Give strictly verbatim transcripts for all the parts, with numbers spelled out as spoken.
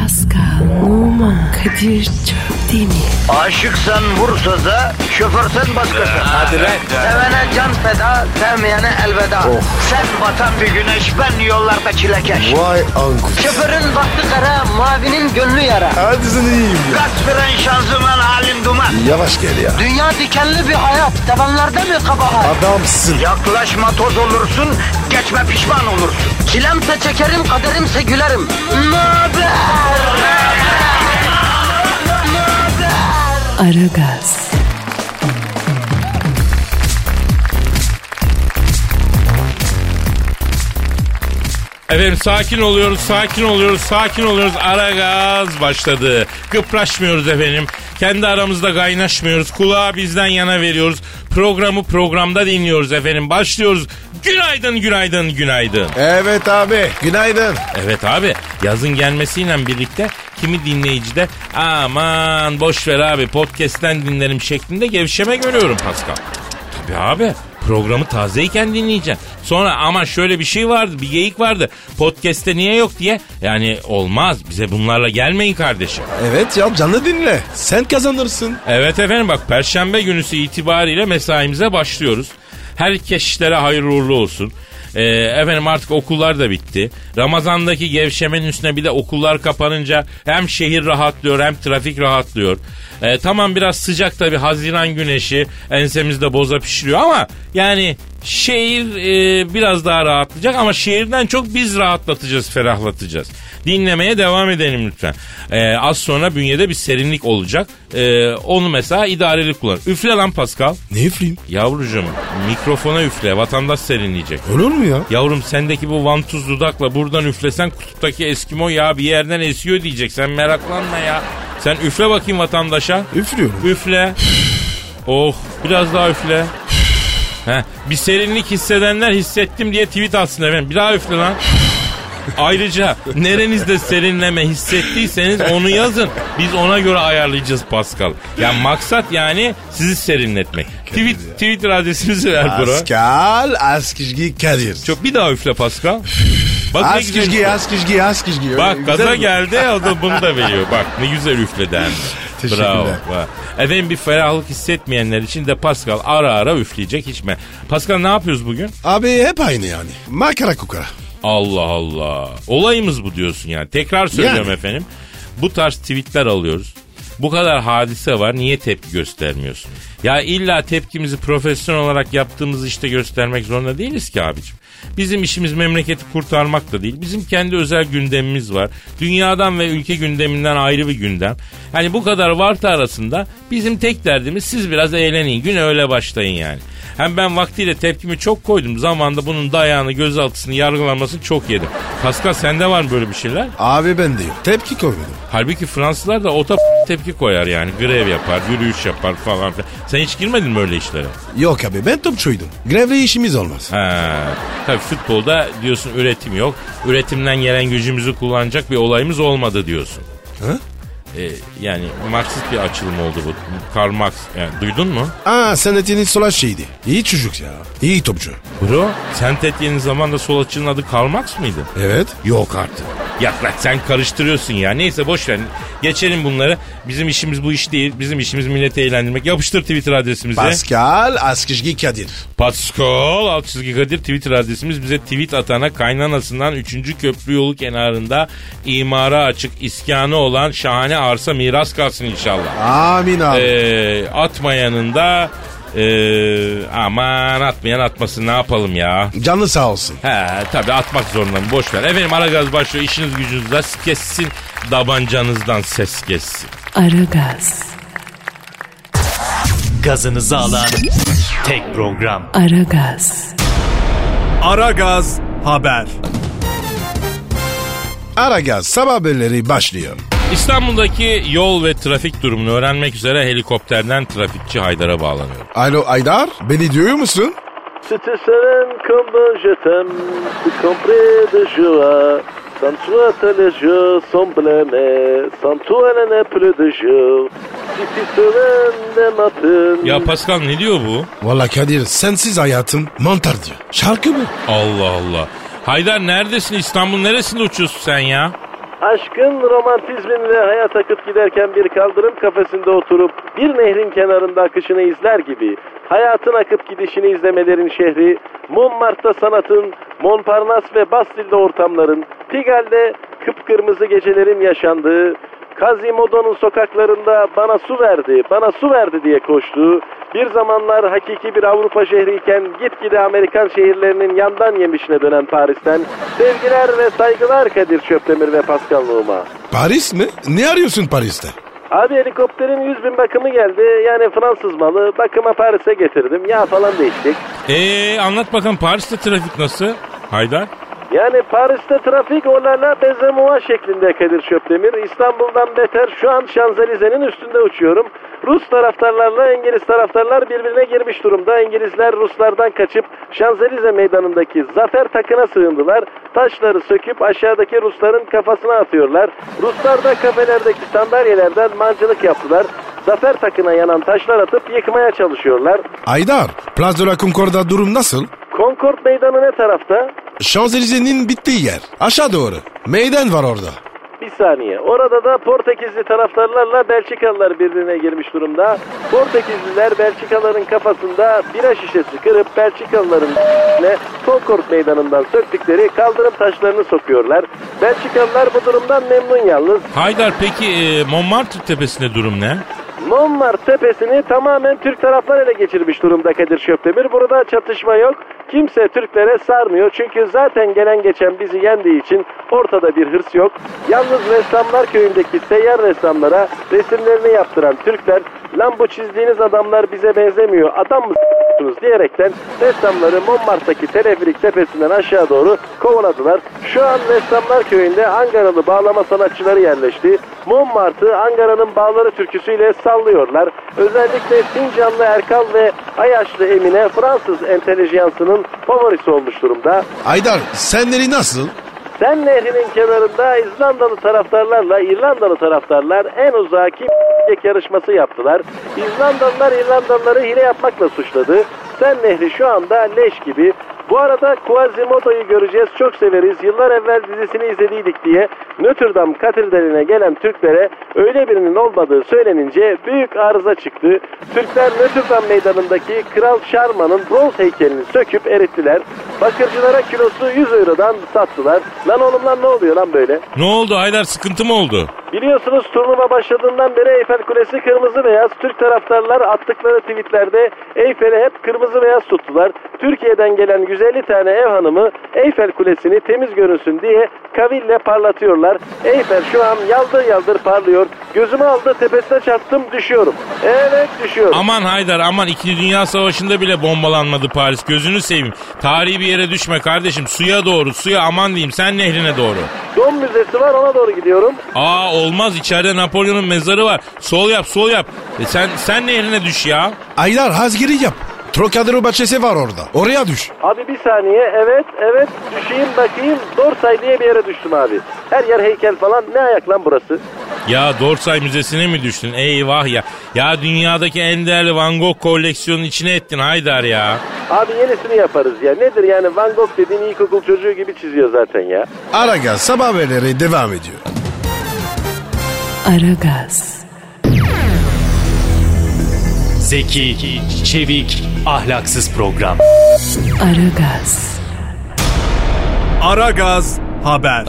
Pascal, Oman, Kadir çok değil mi? Aşıksan vursa da, şoförsen başkasın. Hadi lan. Sevene can feda, sevmeyene elveda. Oh. Sen batan bir güneş, ben yollarda çilekeş. Vay anku. Şoförün baktı kara, mavinin gönlü yara. Hadi sen iyiyim ya. Kasperen şanzıman halin duman. Yavaş gel ya. Dünya dikenli bir hayat, sevenlerde mi kabahar? Adamsın. Yaklaşma toz olursun, geçme pişman olursun. Çilemse çekerim, kaderimse gülerim. Möber! Aragaz. Efendim sakin oluyoruz, sakin oluyoruz, sakin oluyoruz. Aragaz başladı. Kıpraşmıyoruz efendim. Kendi aramızda kaynaşmıyoruz. Kulağı bizden yana veriyoruz. Programı programda dinliyoruz efendim. Başlıyoruz. Günaydın, günaydın, günaydın. Evet abi, günaydın. Evet abi, yazın gelmesiyle birlikte kimi dinleyici de aman boş ver abi podcast'ten dinlerim şeklinde gevşeme görüyorum Pascal. Tabii abi. Programı tazeyken dinleyeceksin. Sonra ama şöyle bir şey vardı, bir geyik vardı. Podcast'te niye yok diye. Yani olmaz, bize bunlarla gelmeyin kardeşim. Evet ya, canlı dinle. Sen kazanırsın. Evet efendim, bak Perşembe günüsü itibariyle mesaimize başlıyoruz. Herkes işlere hayırlı uğurlu olsun. Ee, efendim artık okullar da bitti. Ramazandaki gevşemenin üstüne bir de okullar kapanınca hem şehir rahatlıyor hem trafik rahatlıyor. Ee, tamam biraz sıcak tabii, Haziran güneşi ensemizde boza pişiriyor ama yani şehir e, biraz daha rahatlayacak ama şehirden çok biz rahatlatacağız, ferahlatacağız. Dinlemeye devam edelim lütfen. Ee, az sonra bünyede bir serinlik olacak. Ee, onu mesela idareli kullan. Üfle lan Pascal. Ne üfleyeyim? Yavrucuğum mikrofona üfle, vatandaş serinleyecek. Olur mu ya? Yavrum sendeki bu vantuz dudakla buradan üflesen kutuptaki Eskimo ya bir yerden esiyor diyecek. Sen meraklanma ya. Sen üfle bakayım vatandaşa. Üflüyorum. Üfle. Oh, biraz daha üfle. Heh, bir serinlik hissedenler hissettim diye tweet atsın efendim. Bir daha üfle lan. Ayrıca nerenizde serinleme hissettiyseniz onu yazın. Biz ona göre ayarlayacağız Pascal. Yani maksat yani sizi serinletmek. Tweet, Twitter adresimizi ver bro. Pascal Askizgi Kadir. Çok bir daha üfle Pascal. Bak Askizgi Askizgi Askizgi. Bak gaza geldi, o da bunu da veriyor. Bak ne güzel üfledi hem. Teşekkürler. Bravo. Efendim bir ferahlık hissetmeyenler için de Pascal ara ara üfleyecek hiç mi? Pascal ne yapıyoruz bugün? Abi hep aynı yani. Makara kukara. Allah Allah. Olayımız bu diyorsun yani. Tekrar söylüyorum yani. Efendim. Bu tarz tweetler alıyoruz. Bu kadar hadise var. Niye tepki göstermiyorsun? Ya illa tepkimizi profesyonel olarak yaptığımız işte göstermek zorunda değiliz ki abicim. Bizim işimiz memleketi kurtarmak da değil. Bizim kendi özel gündemimiz var. Dünyadan ve ülke gündeminden ayrı bir gündem. Hani bu kadar vartı arasında bizim tek derdimiz siz biraz eğlenin. Güne öyle başlayın yani. Hem ben vaktiyle tepkimi çok koydum. Zamanında bunun dayağını, gözaltısını, yargılanmasını çok yedim. Pascal sende var mı böyle bir şeyler? Abi ben de yok. Tepki koymadım. Halbuki Fransızlar da ota tepki koyar yani. Grev yapar, yürüyüş yapar falan filan. Sen hiç girmedin mi öyle işlere? Yok abi, ben topçuydum. Grevle işimiz olmaz. Ha, tabii futbolda diyorsun üretim yok. Üretimden gelen gücümüzü kullanacak bir olayımız olmadı diyorsun. Ha? Ee, yani Marksist bir açılım oldu bu. Karl Marx. Yani, duydun mu? Aa, Senettin'in sola şeydi. İyi çocuk ya. İyi topçu. Bro, Sentetyen'in zamanında sol açının adı Karl Marx mıydı? Evet. Yok artık. Yaklaş, sen karıştırıyorsun ya. Neyse boş ver. Geçelim bunları. Bizim işimiz bu iş değil. Bizim işimiz milleti eğlendirmek. Yapıştır Twitter adresimize. Pascal Askizgi Kadir. Pascal alt çizgi Kadir Twitter adresimiz. Bize tweet atana kaynanasından üçüncü köprü yolu kenarında imara açık iskanı olan şahane arsa miras kalsın inşallah. Amin abi. Ee, atmayanın da ee, aman atmayan atmasın, ne yapalım ya. Canlı sağ olsun. He tabi atmak zorundayım, boş ver. Efendim Aragaz başlıyor, işiniz gücünüz de kessin, tabancanızdan ses kessin. Aragaz. Gazınızı alan tek program. Aragaz. Aragaz haber. Aragaz sabah haberleri başlıyor. İstanbul'daki yol ve trafik durumunu öğrenmek üzere helikopterden trafikçi Haydar'a bağlanıyor. Alo Haydar, beni duyuyor musun? C'était sereine comme je t'aime, tu comprends de joie. Sans toi, les jours sont blêmés, sans toi, il n'est plus de jour. Si tu sereine de matin. Ya Pascal ne diyor bu? Vallahi Kadir, sensiz hayatım mantar diyor. Şarkı mı? Allah Allah. Haydar neredesin? İstanbul neresinde uçuyorsun sen ya? Aşkın romantizminle hayat akıp giderken bir kaldırım kafesinde oturup bir nehrin kenarında akışını izler gibi hayatın akıp gidişini izlemelerin şehri, Montmartre'da sanatın, Montparnasse ve Bastille'de ortamların, Pigalle kıpkırmızı gecelerin yaşandığı, Quasimodo'nun sokaklarında bana su verdi, bana su verdi diye koştuğu, bir zamanlar hakiki bir Avrupa şehriyken gitgide Amerikan şehirlerinin yandan yemişine dönen Paris'ten sevgiler ve saygılar Kadir Çöptemir ve Pascal Numa. Paris mi? Ne arıyorsun Paris'te? Abi helikopterin yüz bin bakımı geldi. Yani Fransız malı. Bakıma Paris'e getirdim. Yağ falan değiştik. Eee anlat bakalım Paris'te trafik nasıl Haydar? Yani Paris'te trafik olala bezemuva şeklinde Kadir Çöptemir. İstanbul'dan beter şu an Şanzelize'nin üstünde uçuyorum. Rus taraftarlarla İngiliz taraftarlar birbirine girmiş durumda. İngilizler Ruslardan kaçıp Şanzelize meydanındaki zafer takına sığındılar. Taşları söküp aşağıdaki Rusların kafasına atıyorlar. Ruslar da kafelerdeki sandalyelerden mancılık yaptılar. Zafer takına yanan taşlar atıp yıkmaya çalışıyorlar. Aydar, Place de la Concorde'da durum nasıl? Concorde meydanı ne tarafta? Şanzelize'nin bittiği yer. Aşağı doğru. Meydan var orada. Bir saniye. Orada da Portekizli taraftarlarla Belçikalılar birbirine girmiş durumda. Portekizliler Belçikalıların kafasında bira şişesi kırıp Belçikalıların ne Concorde meydanından söktükleri kaldırım taşlarını sokuyorlar. Belçikalılar bu durumdan memnun yalnız. Haydar peki e, Montmartre tepesinde durum ne? Montmartre tepesini tamamen Türk taraflar ele geçirmiş durumda Kadir Çöptemir. Burada çatışma yok. Kimse Türklere sarmıyor. Çünkü zaten gelen geçen bizi yendiği için ortada bir hırs yok. Yalnız ressamlar köyündeki seyyar ressamlara resimlerini yaptıran Türkler, lan bu çizdiğiniz adamlar bize benzemiyor, adam mı s***sınız diyerekten ressamları Montmartre'daki teleferik tepesinden aşağı doğru kovaladılar. Şu an ressamlar köyünde Ankaralı bağlama sanatçıları yerleşti. Montmartre Ankara'nın bağları türküsüyle sallıyorlar. Özellikle Sincanlı Erkal ve Ayaşlı Emine Fransız entelijansının favorisi olmuş durumda. Aydar, senleri nasıl? Sen Nehri'nin kenarında İzlandalı taraftarlarla İrlandalı taraftarlar en uzağa kim yarışması yaptılar. İzlandalılar İrlandalıları hile yapmakla suçladı. Sen Nehri şu anda leş gibi. Bu arada Quasimodo'yu göreceğiz, çok severiz. Yıllar evvel dizisini izlediydik diye Notre Dame katedraline gelen Türklere öyle birinin olmadığı söylenince büyük arıza çıktı. Türkler Notre Dame meydanındaki Kral Şarman'ın bronz heykelini söküp erittiler. Bakırcılara kilosu yüz eurodan sattılar. Lan oğlum lan ne oluyor lan böyle? Ne oldu Haydar, sıkıntı mı oldu? Biliyorsunuz turnuva başladığından beri Eyfel Kulesi kırmızı beyaz. Türk taraftarlar attıkları tweetlerde Eyfel'i hep kırmızı beyaz tuttular. Türkiye'den gelen yüz elli tane ev hanımı Eyfel Kulesi'ni temiz görünsün diye kaville parlatıyorlar. Eyfel şu an yaldır yaldır parlıyor. Gözümü aldı, tepesine çarptım, düşüyorum. Evet düşüyorum. Aman Haydar aman, İkinci Dünya Savaşı'nda bile bombalanmadı Paris. Gözünü seveyim. Tarihi bir yere düşme kardeşim. Suya doğru, suya aman diyeyim, sen nehrine doğru. Dom müzesi var, ona doğru gidiyorum. Aa olmaz, içeride Napolyon'un mezarı var. Sol yap sol yap. E sen sen nehrine düş ya. Aydar hazgiri yap. Trocadero bahçesi var orada. Oraya düş. Abi bir saniye, evet evet düşeyim bakayım. Dorsay diye bir yere düştüm abi. Her yer heykel falan, ne ayak lan burası? Ya Dorsay Müzesi'ne mi düştün? Eyvah ya. Ya dünyadaki en değerli Van Gogh koleksiyonunun içine ettin Haydar ya. Abi yenisini yaparız ya. Nedir yani, Van Gogh dediğin ilkokul çocuğu gibi çiziyor zaten ya. Aragaz sabah haberleri devam ediyor. Aragaz. Zeki, çevik, ahlaksız program. Aragaz. Aragaz haber.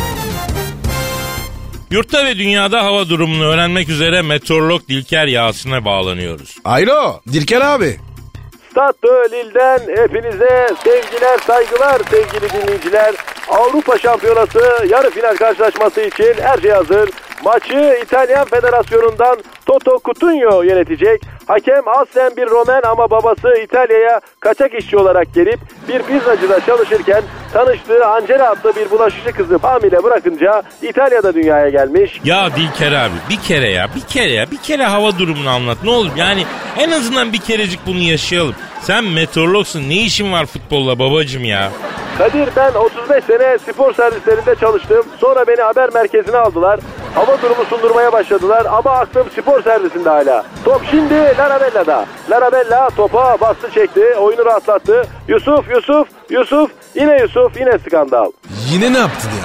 Yurtta ve dünyada hava durumunu öğrenmek üzere meteorolog Dilker Yasin'e bağlanıyoruz. Alo Dilker abi. Stade de Lille'den hepinize sevgiler, saygılar sevgili dinleyiciler. Avrupa Şampiyonası yarı final karşılaşması için her şey hazır. Maçı İtalyan Federasyonu'ndan Toto Cutugno yönetecek. Hakem aslen bir Romen ama babası İtalya'ya kaçak işçi olarak gelip bir pizzacıda çalışırken tanıştığı Angela adlı bir bulaşıcı kızı hamile bırakınca İtalya'da dünyaya gelmiş. Ya Dilker abi bir kere ya bir kere ya bir kere hava durumunu anlat ne olur, yani en azından bir kerecik bunu yaşayalım. Sen meteorologsun, ne işin var futbolla babacım ya? Kadir, ben otuz beş sene spor servislerinde çalıştım. Sonra beni haber merkezine aldılar. Hava durumu sundurmaya başladılar ama aklım spor servisinde hala. Top şimdi Larabella'da. Larabella topa bastı çekti, oyunu rahatlattı. Yusuf, Yusuf, Yusuf, yine Yusuf, yine skandal. Yine ne yaptın ya?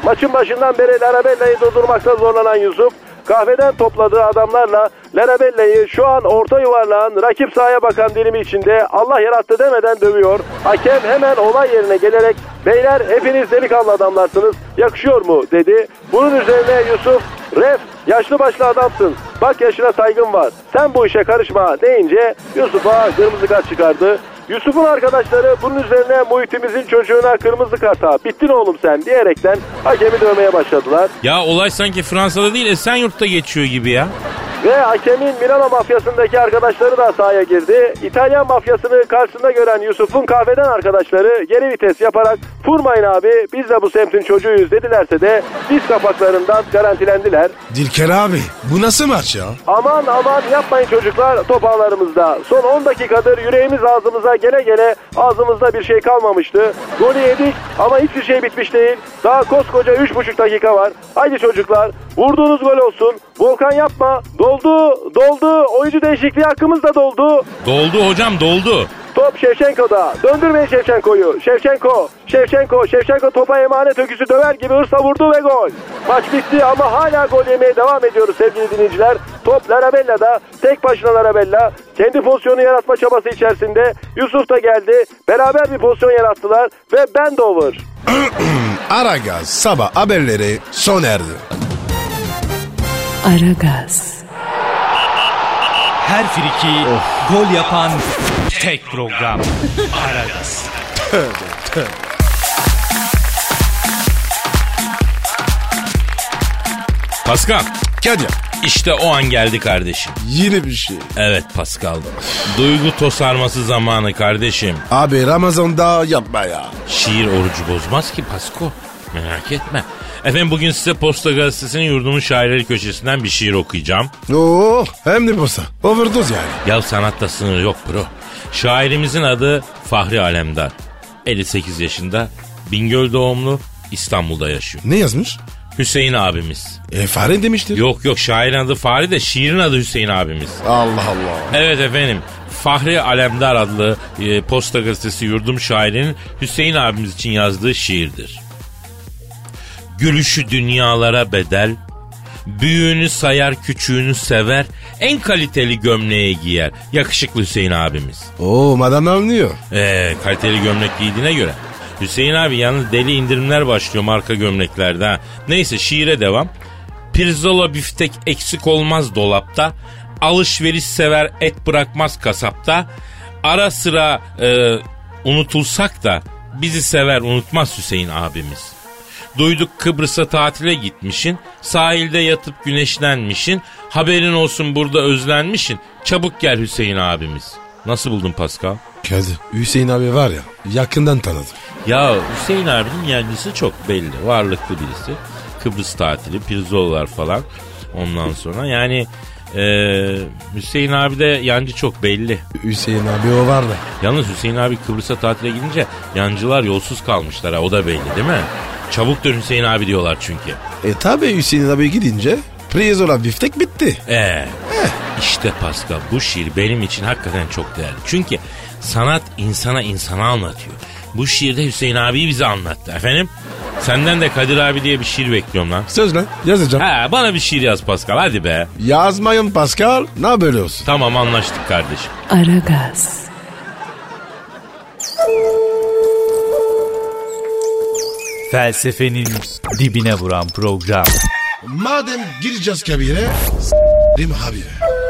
Maçın başından beri Larabella'yı durdurmakta zorlanan Yusuf, kahveden topladığı adamlarla Larabella'yı şu an orta yuvarlağın rakip sahaya bakan dilimi içinde Allah yarattı demeden dövüyor. Hakem hemen olay yerine gelerek beyler hepiniz delikanlı adamlarsınız, yakışıyor mu dedi. Bunun üzerine Yusuf, ref yaşlı başlı adamsın, bak yaşına saygın var, sen bu işe karışma deyince Yusuf'a kırmızı kart çıkardı. Yusuf'un arkadaşları bunun üzerine muhitimizin çocuğuna kırmızı karta bittin oğlum sen diyerekten hakemi dövmeye başladılar. Ya olay sanki Fransa'da değil Esenyurt'ta geçiyor gibi ya. Ve hakemin Milano mafyasındaki arkadaşları da sahaya girdi. İtalyan mafyasını karşısında gören Yusuf'un kahveden arkadaşları geri vites yaparak vurmayın abi biz de bu semtin çocuğuyuz dedilerse de diz kapaklarından garantilendiler. Dilker abi bu nasıl maç ya? Aman aman yapmayın çocuklar, top ağlarımızda. Son on dakikadır yüreğimiz ağzımıza gele gele ağzımızda bir şey kalmamıştı. Golü yedik ama hiçbir şey bitmiş değil. Daha koskoca üç buçuk dakika var. Haydi çocuklar vurduğunuz gol olsun. Volkan yapma. Doldu, doldu. Oyuncu değişikliği hakkımız da doldu. Doldu hocam doldu. Top Şevçenko'da. Döndürmeyin Şevçenko'yu. Şevçenko, Şevçenko, Şevçenko topa emanet öküzü döver gibi hırsla vurdu ve gol. Maç bitti ama hala gol yemeye devam ediyoruz sevgili dinleyiciler. Top Larabella'da. Tek başına Larabella. Kendi pozisyonu yaratma çabası içerisinde. Yusuf da geldi. Beraber bir pozisyon yarattılar ve Bendover. Aragaz sabah haberleri sona erdi. Aragaz. Her friki gol yapan tek program. Aragaz. Pascal. Kadir. İşte o an geldi kardeşim. Yine bir şey. Evet Pascal. Duygu tosarması zamanı kardeşim. Abi Ramazan'da yapma ya. Şiir orucu bozmaz ki Pasko. Merak etme. Efendim bugün size Posta Gazetesi'nin Yurdumun Şairleri köşesinden bir şiir okuyacağım. Oo, hem de posta. Overdose yani. Ya sanatta sınır yok bro. Şairimizin adı Fahri Alemdar. elli sekiz yaşında. Bingöl doğumlu, İstanbul'da yaşıyor. Ne yazmış? Hüseyin abimiz. E fare demiştir. Yok yok şairin adı Fahri de şiirin adı Hüseyin abimiz. Allah Allah. Evet efendim. Fahri Alemdar adlı e, Posta Gazetesi Yurdum Şairinin Hüseyin abimiz için yazdığı şiirdir. Gülüşü dünyalara bedel, büyüğünü sayar küçüğünü sever, en kaliteli gömleği giyer. Yakışıklı Hüseyin abimiz. Oo madem anlıyor. Eee kaliteli gömlek giydiğine göre. Hüseyin abi yalnız deli indirimler başlıyor marka gömleklerde ha. Neyse şiire devam. Pirzola biftek eksik olmaz dolapta. Alışveriş sever et bırakmaz kasapta. Ara sıra e, unutulsak da bizi sever unutmaz Hüseyin abimiz. Duyduk Kıbrıs'a tatile gitmişin, sahilde yatıp güneşlenmişin, haberin olsun burada özlenmişin, çabuk gel Hüseyin abimiz. Nasıl buldun Pascal? Kadir Hüseyin abi var ya yakından tanıdım. Ya Hüseyin abinin yancısı çok belli, varlıklı birisi. Kıbrıs tatili, pirzolalar falan ondan sonra yani e, Hüseyin abi de yancı çok belli. Hüseyin abi o var da. Yalnız Hüseyin abi Kıbrıs'a tatile gidince yancılar yolsuz kalmışlar ha, o da belli değil mi? Çabuk dön Hüseyin abi diyorlar çünkü. E tabi Hüseyin abi gidince pirzola biftek bitti. Eee işte Pascal bu şiir benim için hakikaten çok değerli. Çünkü sanat insana insana anlatıyor. Bu şiirde Hüseyin abiyi bize anlattı. Efendim senden de Kadir abi diye bir şiir bekliyorum lan. Söz lan yazacağım. Ha, bana bir şiir yaz Pascal hadi be. Yazmayın Pascal, ne böyle olsun. Tamam anlaştık kardeşim. Aragaz. Felsefenin dibine vuran program. Madem gireceğiz kabire, s***rim abi.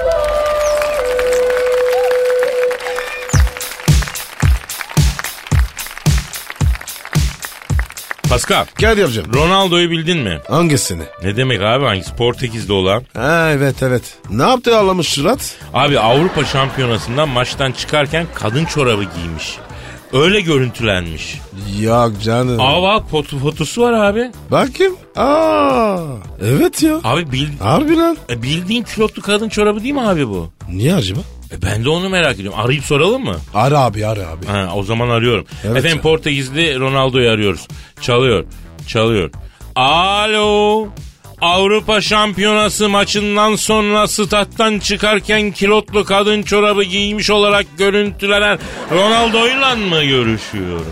Pascal. Gel yapacağım. Ronaldo'yu bildin mi? Hangisini? Ne demek abi hangisi? Portekiz'de olan. Ha evet evet. Ne yaptı ağlamış surat? Abi Avrupa Şampiyonası'ndan maçtan çıkarken kadın çorabı giymiş. Öyle görüntülenmiş. Yok canım. Aa bak foto, fotosu var abi. Bakayım. Aa evet ya. Abi bil, Harbi lan. e, bildiğin külotlu kadın çorabı değil mi abi bu? Niye acaba? E, ben de onu merak ediyorum. Arayıp soralım mı? Ara abi ara abi. Ha, o zaman arıyorum. Evet Efendim ya. Portekizli Ronaldo'yu arıyoruz. Çalıyor. Çalıyor. Alo. Avrupa Şampiyonası maçından sonra stat'tan çıkarken kilotlu kadın çorabı giymiş olarak görüntülenen Ronaldo'yla mı görüşüyorum?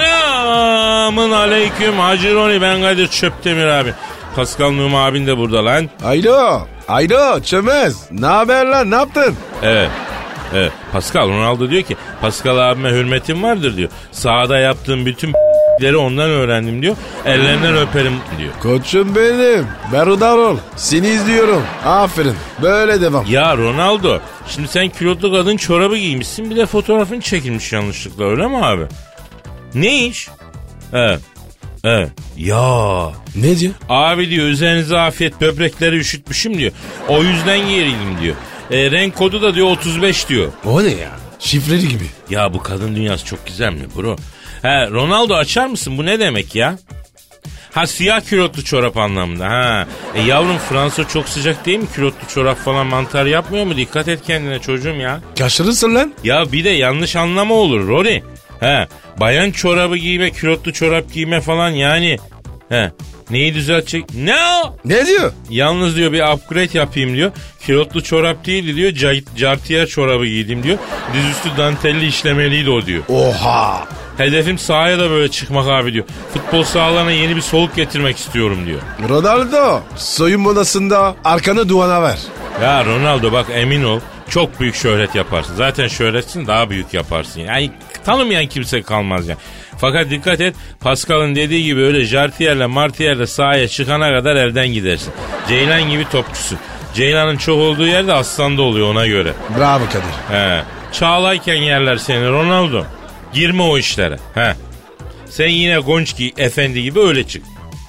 Selamın aleyküm Hacı Roni, ben Kadir Çöptemir abi. Pascal Numa abin de burada lan. Alo. Alo Çömez. Ne haber lan, ne yaptın? Evet. Evet. Pascal, Ronaldo diyor ki Pascal abime hürmetim vardır diyor. Sahada yaptığım bütün leri ondan öğrendim diyor. Ellerinden öperim diyor. Koçum benim. Berudar ol. Seni izliyorum. Aferin. Böyle devam. Ya Ronaldo, şimdi sen kilotlu kadın çorabı giymişsin, bir de fotoğrafın çekilmiş yanlışlıkla, öyle mi abi? Ne iş? Evet. Evet. Ya. Ne diyor? Abi diyor üzerinize afiyet, böbrekleri üşütmüşüm diyor. O yüzden gerildim diyor. E, renk kodu da diyor otuz beş diyor. O ne ya? Şifreli gibi. Ya bu kadın dünyası çok güzel mi bro? He, Ronaldo açar mısın? Bu ne demek ya? Ha, siyah külotlu çorap anlamında. Ha. E yavrum, Fransa çok sıcak değil mi? Külotlu çorap falan mantar yapmıyor mu? Dikkat et kendine çocuğum ya. Kaçırırsın lan. Ya bir de yanlış anlama olur Rory. He. Bayan çorabı giyme, külotlu çorap giyme falan yani. He. Neyi düzeltecek? Ne o? Ne diyor? Yalnız diyor bir upgrade yapayım diyor. Kilotlu çorap değildi diyor. Cartier çorabı giydim diyor. Dizüstü dantelli işlemeliydi o diyor. Oha. Hedefim sahaya da böyle çıkmak abi diyor. Futbol sahalarına yeni bir soluk getirmek istiyorum diyor. Ronaldo, soyunma odasında arkanı duvana ver. Ya Ronaldo bak, emin ol çok büyük şöhret yaparsın. Zaten şöhretsin, daha büyük yaparsın. Yani tanımayan kimse kalmaz yani. Fakat dikkat et, Pascal'ın dediği gibi öyle Jartier'le Martier'le sahaya çıkana kadar elden gidersin. Ceylan gibi topçusun. Ceylan'ın çok olduğu yerde aslan da oluyor, ona göre. Bravo Kadir. He. Çağlayken yerler seni Ronaldo. Girme o işlere. He. Sen yine Gonçki efendi gibi öyle çık.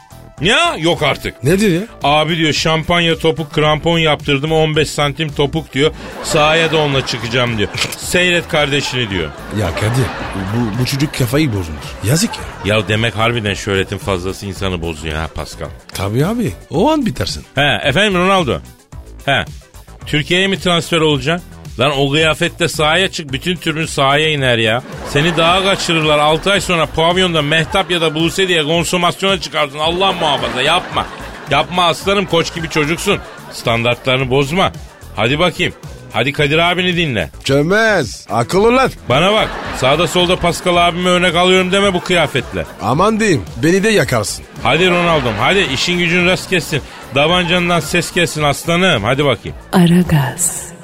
Ya yok artık. Ne diyor ya? Abi diyor şampanya topuk krampon yaptırdım, on beş santim topuk diyor. Sahaya da onunla çıkacağım diyor. Seyret kardeşini diyor. Ya Kadir, bu, bu çocuk kafayı bozmuş. Yazık ya. Ya demek harbiden şöhretin fazlası insanı bozuyor ha Pascal. Tabii abi, o an bitersin. He efendim Ronaldo. He. Türkiye'ye mi transfer olacaksın? Lan o kıyafette sahaya çık, bütün türün sahaya iner ya. Seni dağa kaçırırlar, altı ay sonra pavyonda Mehtap ya da Buse diye konsomasyona çıkarsın. Allah muhafaza, yapma. Yapma aslanım, koç gibi çocuksun. Standartlarını bozma. Hadi bakayım. Hadi Kadir abini dinle. Çömez, akıl ol lan. Bana bak, sağda solda Pascal abime örnek alıyorum deme bu kıyafetle. Aman diyeyim, beni de yakarsın. Hadi Ronaldo'm, hadi işin gücün rast kessin. Davancandan ses kessin aslanım, hadi bakayım. Aragaz.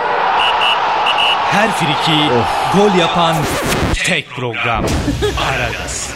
Her friki gol yapan tek program. Aragaz.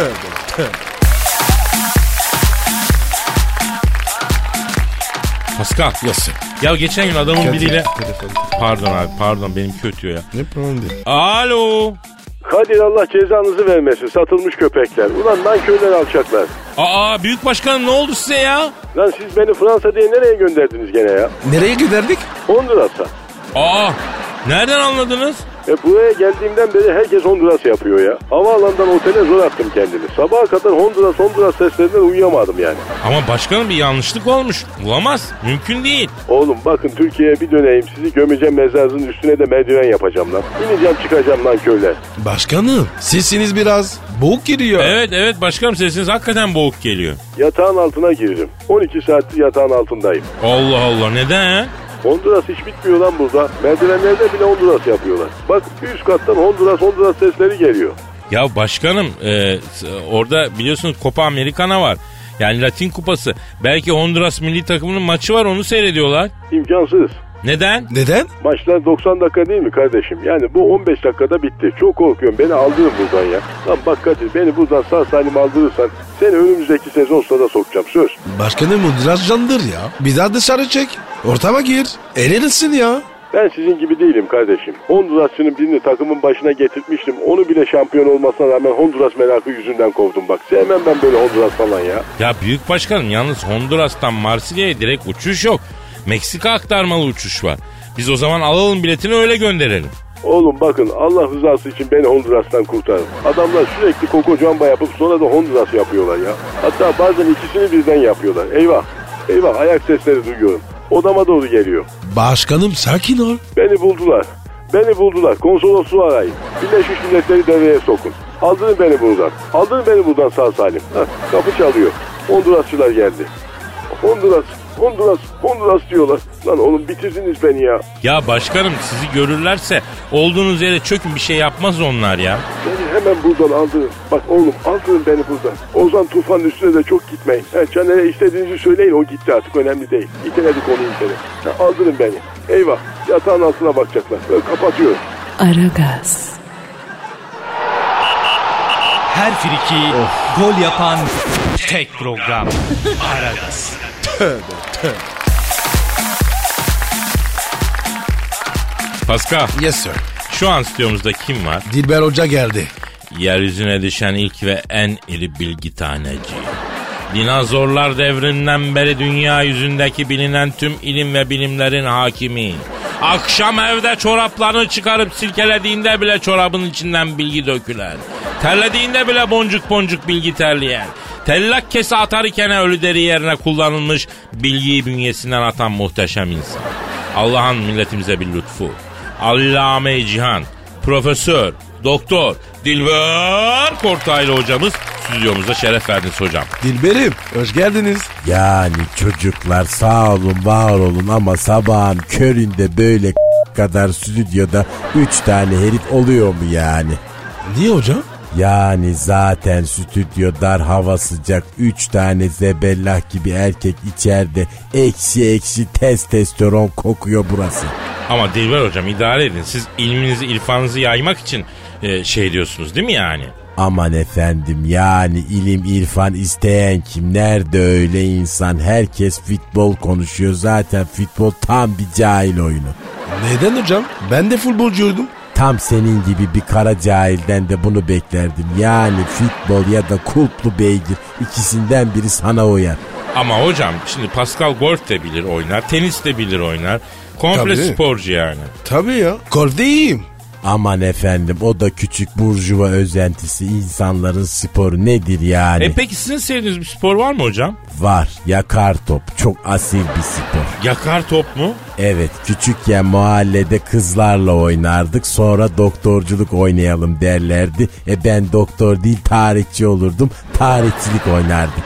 Pascal. Yes. Ya geçen gün adamın Kendi biriyle... telefonu. Pardon abi, pardon, benim kötü ya. Ne problem değil. Alo. Kadir Allah cezanızı vermesin, satılmış köpekler. Ulan nankörler alçaklar. Aa büyük başkanım, ne oldu size ya? Lan siz beni Fransa diye nereye gönderdiniz gene ya? Nereye giderdik? Honduras'a. Aa nereden anladınız? E buraya geldiğimden beri herkes Honduras yapıyor ya. Havaalanından otele zor attım kendimi. Sabaha kadar Honduras Honduras seslerinden uyuyamadım yani. Ama başkanım bir yanlışlık olmuş. Olamaz. Mümkün değil. Oğlum bakın Türkiye'ye bir döneyim, sizi gömeceğim, mezarınızın üstüne de merdiven yapacağım lan. İneceğim çıkacağım lan köyler. Başkanım, sesiniz biraz boğuk giriyor. Evet evet başkanım, sesiniz hakikaten boğuk geliyor. Yatağın altına girdim. on iki saattir yatağın altındayım. Allah Allah, neden? Honduras hiç bitmiyor lan burada. Merdivenlerde bile Honduras yapıyorlar. Bak üst kattan Honduras Honduras sesleri geliyor. Ya başkanım e, orada biliyorsunuz Copa Americana var. Yani Latin kupası. Belki Honduras milli takımının maçı var, onu seyrediyorlar. İmkansız. Neden? Neden? Maçlar doksan dakika değil mi kardeşim? Yani bu on beş dakikada bitti. Çok korkuyorum. Beni aldırın buradan ya. Lan bak Kadir, beni buradan sağ salim aldırırsan seni önümüzdeki sezon stada sokacağım. Söz. Başkanım o biraz candır ya. Bir daha dışarı çek. Ortama gir. Eğlenirsin ya. Ben sizin gibi değilim kardeşim. Hondurasçının birini takımın başına getirtmiştim. Onu bile şampiyon olmasına rağmen Honduras merakı yüzünden kovdum bak. Sevmem ben böyle Honduras falan ya. Ya büyük başkanım, yalnız Honduras'tan Marsilya'ya direkt uçuş yok. Meksika aktarmalı uçuş var. Biz o zaman alalım biletini, öyle gönderelim. Oğlum bakın, Allah rızası için beni Honduras'tan kurtarın. Adamlar sürekli Coco Jamba yapıp sonra da Honduras yapıyorlar ya. Hatta bazen ikisini birden yapıyorlar. Eyvah, eyvah, ayak sesleri duyuyorum. Odama doğru geliyor. Başkanım sakin ol. Beni buldular. Beni buldular. Konsolosluğu arayın. Birleşmiş Milletleri devreye sokun. Aldırın beni buradan. Aldırın beni buradan sağ salim. Heh, kapı çalıyor. Hondurasçılar geldi. Honduras, Honduras, Honduras diyorlar. Lan oğlum bitirdiniz beni ya. Ya başkanım sizi görürlerse olduğunuz yere çökün, bir şey yapmaz onlar ya. Beni hemen buradan aldırın. Bak oğlum aldırın beni buradan. Ozan Tufan'ın üstüne de çok gitmeyin. He, Caner'e istediğinizi söyleyin, o gitti artık, önemli değil. İteledik onu itele. Ha, aldırın beni. Eyvah, yatağın altına bakacaklar. Böyle kapatıyorum. Aragaz. Her friki gol yapan tek program. Aragaz. Pascal, Yes sir. şu an stüdyomuzda kim var? Dilber Hoca geldi. Yeryüzüne düşen ilk ve en iri bilgi taneci. Dinozorlar devrinden beri dünya yüzündeki bilinen tüm ilim ve bilimlerin hakimi. Akşam evde çoraplarını çıkarıp silkelediğinde bile çorabın içinden bilgi dökülen. Terlediğinde bile boncuk boncuk bilgi terleyen. Tellak kese atar iken ölü deri yerine kullanılmış bilgiyi bünyesinden atan muhteşem insan. Allah'ın milletimize bir lütfu. Allame-i Cihan, Profesör, Doktor Dilber Kortaylı hocamız stüdyomuza şeref verdiniz hocam. Dilberim hoş geldiniz. Yani çocuklar sağ olun var olun ama sabahın köründe böyle kadar stüdyoda üç tane herif oluyor mu yani? Niye hocam? Yani zaten stüdyo dar, hava sıcak, üç tane zebellah gibi erkek içeride, ekşi ekşi testosteron kokuyor burası. Ama Dilber hocam idare edin. Siz ilminizi, irfanınızı yaymak için e, şey diyorsunuz değil mi yani? Aman efendim, yani ilim irfan isteyen kim? Nerede öyle insan? Herkes futbol konuşuyor. Zaten futbol tam bir cahil oyunu. Neden hocam? Ben de futbolcuydum. Tam senin gibi bir kara cahilden de bunu beklerdim. Yani futbol ya da kulplu beygir, ikisinden biri sana uyar. Ama hocam şimdi Pascal golf de bilir oynar, tenis de bilir oynar. Komple Tabii. sporcu yani. Tabii ya. Golf'de iyiyim. Aman efendim, o da küçük burjuva özentisi, insanların sporu nedir yani? E peki sizin sevdiğiniz bir spor var mı hocam? Var, yakar top, çok asil bir spor. Yakar top mu? Evet, küçükken mahallede kızlarla oynardık, sonra doktorculuk oynayalım derlerdi. E ben doktor değil tarihçi olurdum, tarihçilik oynardık.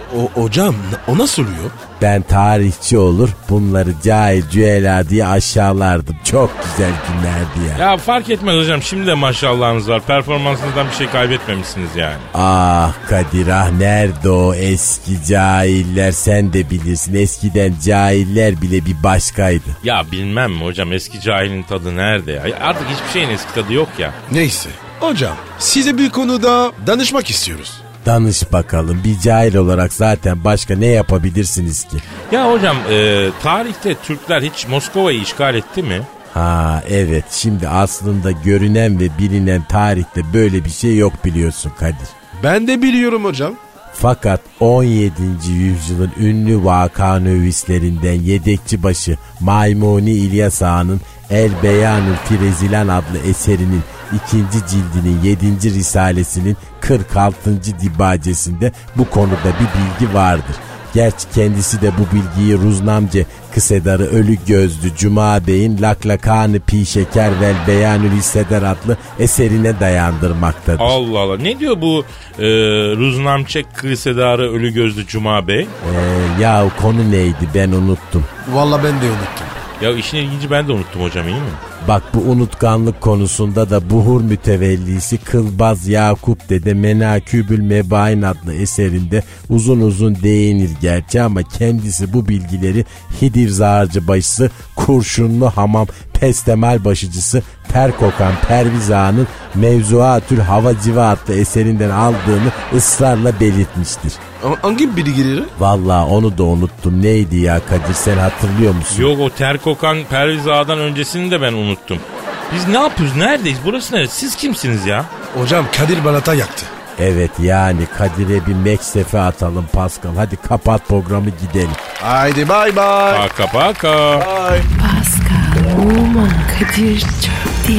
O hocam o nasıl oluyor? Ben tarihçi olur, bunları cahil cüela diye aşağılardım. Çok güzel günlerdi ya. Ya fark etmez hocam, şimdi de maşallahınız var. Performansınızdan bir şey kaybetmemişsiniz yani. Ah Kadir ah, nerede o eski cahiller, sen de bilirsin. Eskiden cahiller bile bir başkaydı. Ya bilmem mi hocam, eski cahilin tadı nerede ya? Artık hiçbir şeyin eski tadı yok ya. Neyse. Hocam size bir konuda danışmak istiyoruz. Danış bakalım, bir cahil olarak zaten başka ne yapabilirsiniz ki? Ya hocam e, tarihte Türkler hiç Moskova'yı işgal etti mi? Ha evet, şimdi aslında görünen ve bilinen tarihte böyle bir şey yok biliyorsun Kadir. Ben de biliyorum hocam. Fakat on yedinci yüzyılın ünlü vakanövislerinden yedekçibaşı Maymuni İlyas Ağa'nın El Beyanül Firezilan adlı eserinin ikinci cildinin yedinci risalesinin kırk altıncı dibacesinde bu konuda bir bilgi vardır. Gerçi kendisi de bu bilgiyi Ruznamce Kısedarı Ölü Gözlü Cuma Bey'in Laklakanı Pi Şeker vel Beyanül Hissedar adlı eserine dayandırmaktadır. Allah Allah, ne diyor bu e, Ruznamce Kısedarı Ölü Gözlü Cuma Bey? Ee, ya konu neydi ben unuttum. Vallahi ben de unuttum. Ya işin ilginci, ben de unuttum hocam, iyi mi? Bak bu unutkanlık konusunda da Buhur mütevellisi Kılbaz Yakup Dede Menakübül Mebain adlı eserinde uzun uzun değinir gerçi, ama kendisi bu bilgileri Hidir Zağırcıbaşısı Kurşunlu Hamam Pestemal başıcısı Terkokan Perviz Ağa'nın Mevzuatül Havaciva adlı eserinden aldığını ısrarla belirtmiştir. Hangi bilgileri? Vallahi onu da unuttum. Neydi ya Kadir, sen hatırlıyor musun? Yok, o Terkokan Perviz Ağa'dan öncesini de ben unuttum. Biz ne yapıyoruz? Neredeyiz? Burası neresi? Siz kimsiniz ya? Hocam Kadir Balat'a yaktı. Evet yani Kadir'e bir meksefe atalım Pascal. Hadi kapat programı gidelim. Haydi bay bay. Paka paka. Bye. Pascal, Oman, Kadir çok değil mi?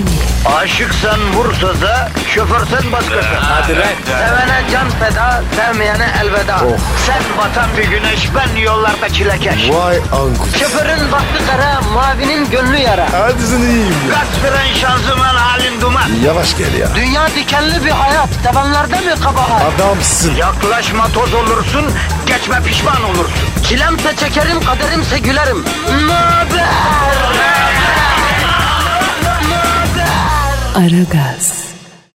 Aşıksan vursa da, şoförsen başkasın. Hadi lan. Sevene can feda, sevmeyene elveda. Sen batan bir güneş, ben yollarda çilekeş. Vay anku. Şoförün baktı kara, mavinin gönlü yara. Hadi sen iyiyim ya. Kasperen şanzıman halin duman. Yavaş gel ya. Dünya dikenli bir hayat, sevenlerde mi kabahar? Adamsın. Yaklaşma toz olursun, geçme pişman olursun. Çilemse çekerim, kaderimse gülerim. Möber! Aragaz.